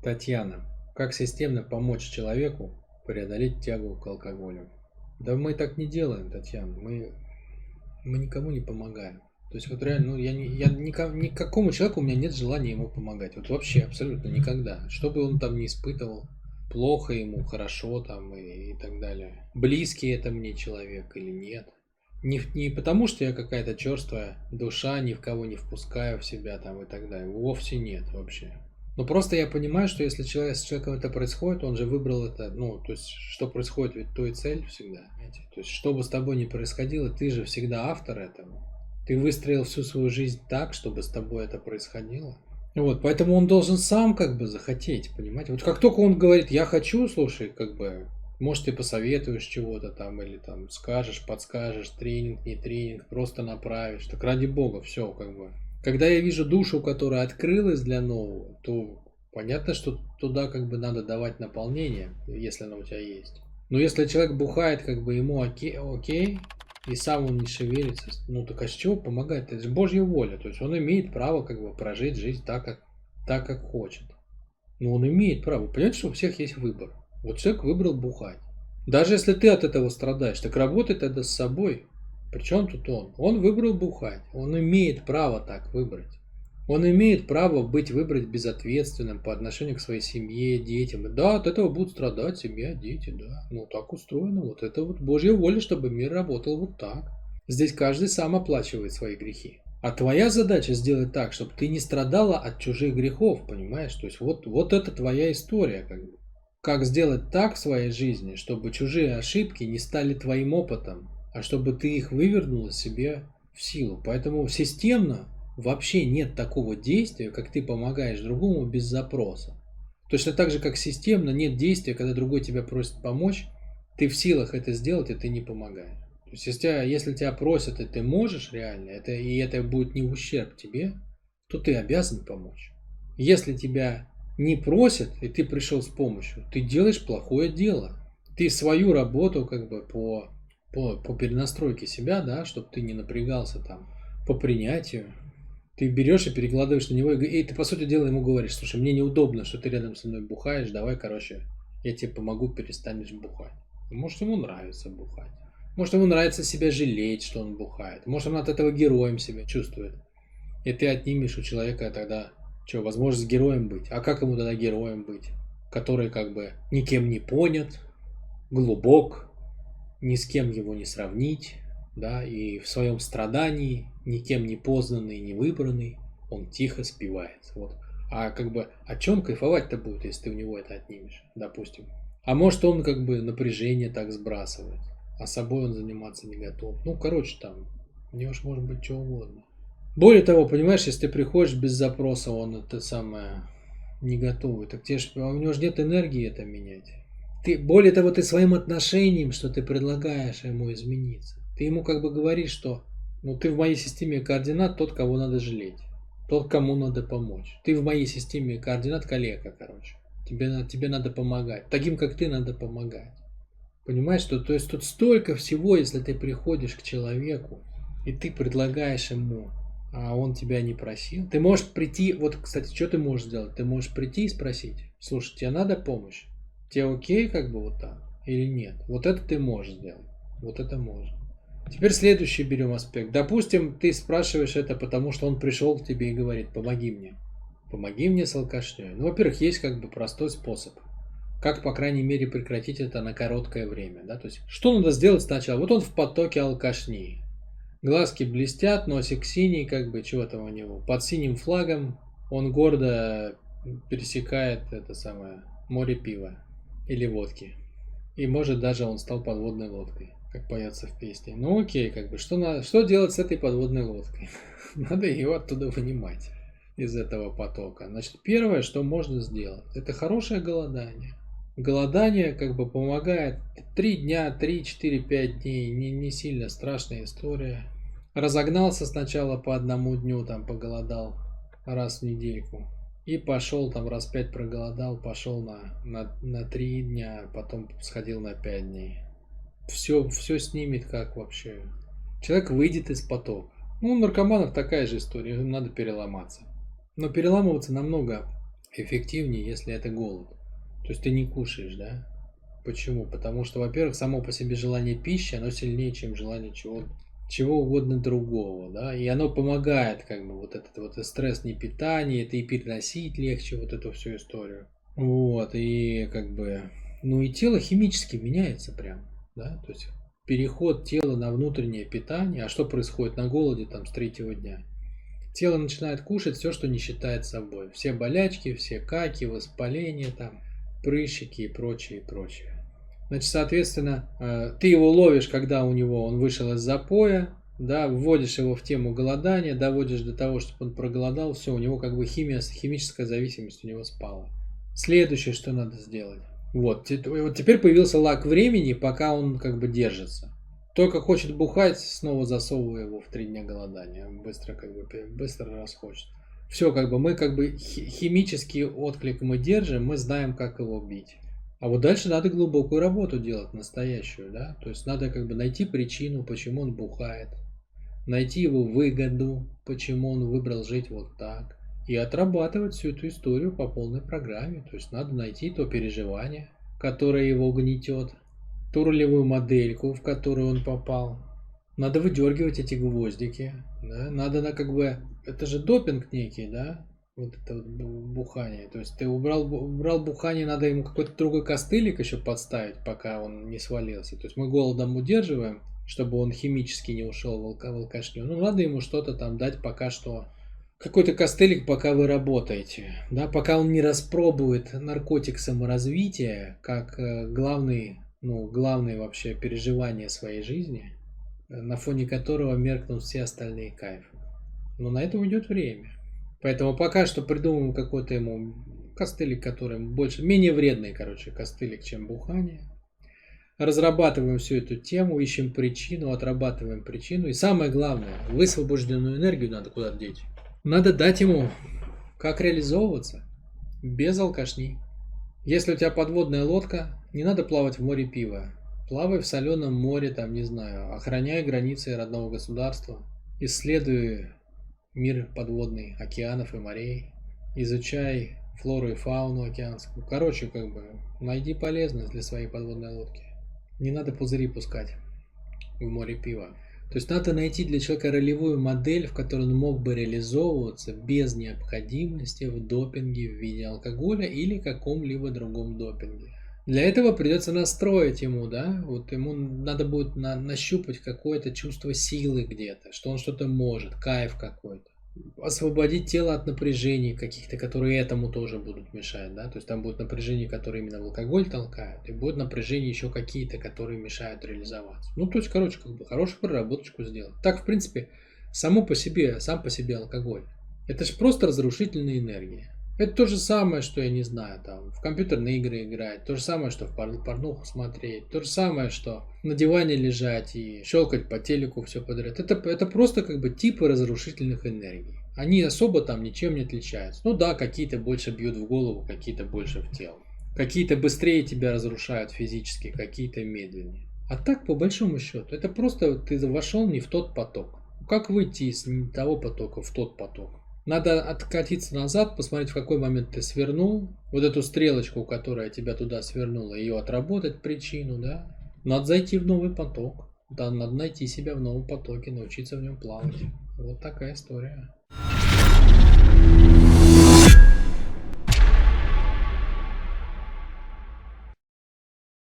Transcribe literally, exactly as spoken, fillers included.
Татьяна, как системно помочь человеку преодолеть тягу к алкоголю? Да мы так не делаем, Татьяна, мы, мы никому не помогаем. То есть вот реально, ну я, не, я никому, никакому человеку у меня нет желания ему помогать. Вот вообще абсолютно никогда. Что бы он там не испытывал, плохо ему, хорошо там и, и так далее. Близкий это мне человек или нет. Не, не потому, что я какая-то черствая душа, ни в кого не впускаю в себя там и так далее. Вовсе нет вообще. Ну просто я понимаю, что если человек, с человеком это происходит, он же выбрал это, ну, то есть, что происходит, ведь то и цель всегда. Понимаете? То есть, что бы с тобой ни происходило, ты же всегда автор этого. Ты выстроил всю свою жизнь так, чтобы с тобой это происходило. Вот, поэтому он должен сам как бы захотеть, понимаете? Вот как только он говорит, я хочу, слушай, как бы, может, ты посоветуешь чего-то там, или там скажешь, подскажешь, тренинг, не тренинг, просто направишь. Так ради бога, все, как бы. Когда я вижу душу, которая открылась для нового, то понятно, что туда как бы надо давать наполнение, если оно у тебя есть. Но если человек бухает, как бы ему окей, окей, и сам он не шевелится, ну так а с чего помогать? Это же Божья воля. То есть он имеет право как бы прожить жизнь так, как, так, как хочет. Но он имеет право. Понимаете, что у всех есть выбор. Вот человек выбрал бухать. Даже если ты от этого страдаешь, так работай тогда с собой. Причем тут он? Он выбрал бухать. Он имеет право так выбрать. Он имеет право быть выбрать безответственным по отношению к своей семье, детям. И да, от этого будут страдать семья, дети, да. Ну так устроено. Вот это вот Божья воля, чтобы мир работал вот так. Здесь каждый сам оплачивает свои грехи. А твоя задача сделать так, чтобы ты не страдала от чужих грехов, понимаешь? То есть вот, вот это твоя история, как бы. Как сделать так в своей жизни, чтобы чужие ошибки не стали твоим опытом, а чтобы ты их вывернула себе в силу. Поэтому системно вообще нет такого действия, как ты помогаешь другому без запроса. Точно так же, как системно нет действия, когда другой тебя просит помочь, ты в силах это сделать, и ты не помогаешь. То есть, если тебя, если тебя просят, и ты можешь реально, это, и это будет не в ущерб тебе, то ты обязан помочь. Если тебя не просят, и ты пришел с помощью, ты делаешь плохое дело. Ты свою работу как бы по, по, по перенастройке себя, да, чтобы ты не напрягался там по принятию, ты берешь и перекладываешь на него, и, и ты, по сути дела, ему говоришь, слушай, мне неудобно, что ты рядом со мной бухаешь, давай, короче, я тебе помогу, перестанешь бухать. Может, ему нравится бухать. Может, ему нравится себя жалеть, что он бухает. Может, он от этого героем себя чувствует. И ты отнимешь у человека тогда, что, возможность героем быть. А как ему тогда героем быть? Который как бы никем не понят, глубок, ни с кем его не сравнить, да, и в своем страдании, никем не познанный, не выбранный, он тихо спивается. Вот. А как бы о чем кайфовать-то будет, если ты у него это отнимешь, допустим. А может он как бы напряжение так сбрасывает, а собой он заниматься не готов. Ну, короче, там, у него ж может быть что угодно. Более того, понимаешь, если ты приходишь без запроса, он это самое не готовый, так тебе ж, а у него же нет энергии это менять. Ты, более того, ты своим отношением, что ты предлагаешь ему измениться. Ты ему как бы говоришь, что ну ты в моей системе координат тот, кого надо жалеть. Тот, кому надо помочь. Ты в моей системе координат коллега, короче. Тебе, тебе надо помогать. Таким, как ты, надо помогать. Понимаешь, что то есть тут столько всего, если ты приходишь к человеку, и ты предлагаешь ему, а он тебя не просил. Ты можешь прийти, вот, кстати, что ты можешь сделать? Ты можешь прийти и спросить, слушай, тебе надо помощь? Тебе окей, как бы вот так? Или нет? Вот это ты можешь сделать. Вот это можно. Теперь следующий берем аспект. Допустим, ты спрашиваешь это, потому что он пришел к тебе и говорит, помоги мне. Помоги мне с алкашней. Ну, во-первых, есть как бы простой способ. Как, по крайней мере, прекратить это на короткое время. Да? То есть, что надо сделать сначала? Вот он в потоке алкашни. Глазки блестят, носик синий, как бы, чего там у него. Под синим флагом он гордо пересекает это самое море пива или водки. И может даже он стал подводной лодкой, как поется в песне. Ну окей, как бы, что, надо, что делать с этой подводной лодкой? Надо ее оттуда вынимать из этого потока. Значит, первое, что можно сделать, это хорошее голодание. Голодание как бы помогает три дня, три, четыре, пять дней, не, не сильно страшная история. Разогнался сначала по одному дню, там поголодал раз в недельку. И пошел там раз пять проголодал, пошел на, на, на три дня, потом сходил на пять дней. Все, все снимет как вообще. Человек выйдет из потока. Ну, у наркоманов такая же история, им надо переломаться. Но переламываться намного эффективнее, если это голод. То есть ты не кушаешь, да? Почему? Потому что, во-первых, само по себе желание пищи, оно сильнее, чем желание чего, чего угодно другого, да, и оно помогает, как бы, вот этот вот стресс не питания, это и переносить легче вот эту всю историю. Вот, и как бы, ну и тело химически меняется прям, да, то есть переход тела на внутреннее питание, а что происходит на голоде там с третьего дня? Тело начинает кушать все, что не считает собой. Все болячки, все каки, воспаления, там, прыщики и прочее, и прочее. Значит, соответственно, э, ты его ловишь, когда у него он вышел из запоя, да, вводишь его в тему голодания, доводишь до того, чтобы он проголодал, все, у него как бы химия, химическая зависимость у него спала. Следующее, что надо сделать. Вот, вот теперь появился лаг времени, пока он как бы держится. Только хочет бухать, снова засовывая его в три дня голодания. Быстро как бы быстро расхочет. Все, как бы мы как бы химический отклик мы держим, мы знаем, как его бить. А вот дальше надо глубокую работу делать, настоящую, да? То есть надо как бы найти причину, почему он бухает, найти его выгоду, почему он выбрал жить вот так, и отрабатывать всю эту историю по полной программе. То есть надо найти то переживание, которое его гнетет, ту ролевую модельку, в которую он попал. Надо выдергивать эти гвоздики, да? Надо на как бы, это же допинг некий, да? Вот это вот бухание. То есть ты убрал, убрал бухание, надо ему какой-то другой костылик еще подставить, пока он не свалился. То есть мы голодом удерживаем, чтобы он химически не ушел в алкашню. Ну, надо ему что-то там дать пока что. Какой-то костылик, пока вы работаете. Да, пока он не распробует наркотик саморазвития, как главный, ну, главное вообще переживание своей жизни, на фоне которого меркнут все остальные кайфы. Но на это уйдет время. Поэтому пока что придумаем какой-то ему костылик, который больше, менее вредный, короче, костылик, чем бухание. Разрабатываем всю эту тему, ищем причину, отрабатываем причину. И самое главное, высвобожденную энергию надо куда-то деть. Надо дать ему, как реализовываться, без алкашни. Если у тебя подводная лодка, не надо плавать в море пива. Плавай в соленом море, там, не знаю, охраняй границы родного государства. Исследуй мир подводный, океанов и морей. Изучай флору и фауну океанскую. Короче, как бы, найди полезность для своей подводной лодки. Не надо пузыри пускать в море пива. То есть надо найти для человека ролевую модель, в которой он мог бы реализовываться без необходимости в допинге в виде алкоголя или каком-либо другом допинге. Для этого придется настроить ему, да, вот ему надо будет на, нащупать какое-то чувство силы где-то, что он что-то может, кайф какой-то. Освободить тело от напряжений каких-то, которые этому тоже будут мешать, да, то есть там будет напряжение, которые именно в алкоголь толкают, и будет напряжение еще какие-то, которые мешают реализоваться. Ну, то есть, короче, как бы хорошую проработочку сделать. Так, в принципе, само по себе, сам по себе алкоголь. Это же просто разрушительная энергия. Это то же самое, что, я не знаю, там, в компьютерные игры играть, то же самое, что в пор- порнуху смотреть, то же самое, что на диване лежать и щелкать по телеку все подряд. Это, это просто как бы типы разрушительных энергий. Они особо там ничем не отличаются. Ну да, какие-то больше бьют в голову, какие-то больше в тело. Какие-то быстрее тебя разрушают физически, какие-то медленнее. А так, по большому счету, это просто ты вошел не в тот поток. Как выйти из того потока в тот поток? Надо откатиться назад, посмотреть, в какой момент ты свернул. Вот эту стрелочку, которая тебя туда свернула, ее отработать, причину, да. Надо зайти в новый поток. Да, надо найти себя в новом потоке, научиться в нем плавать. Вот такая история.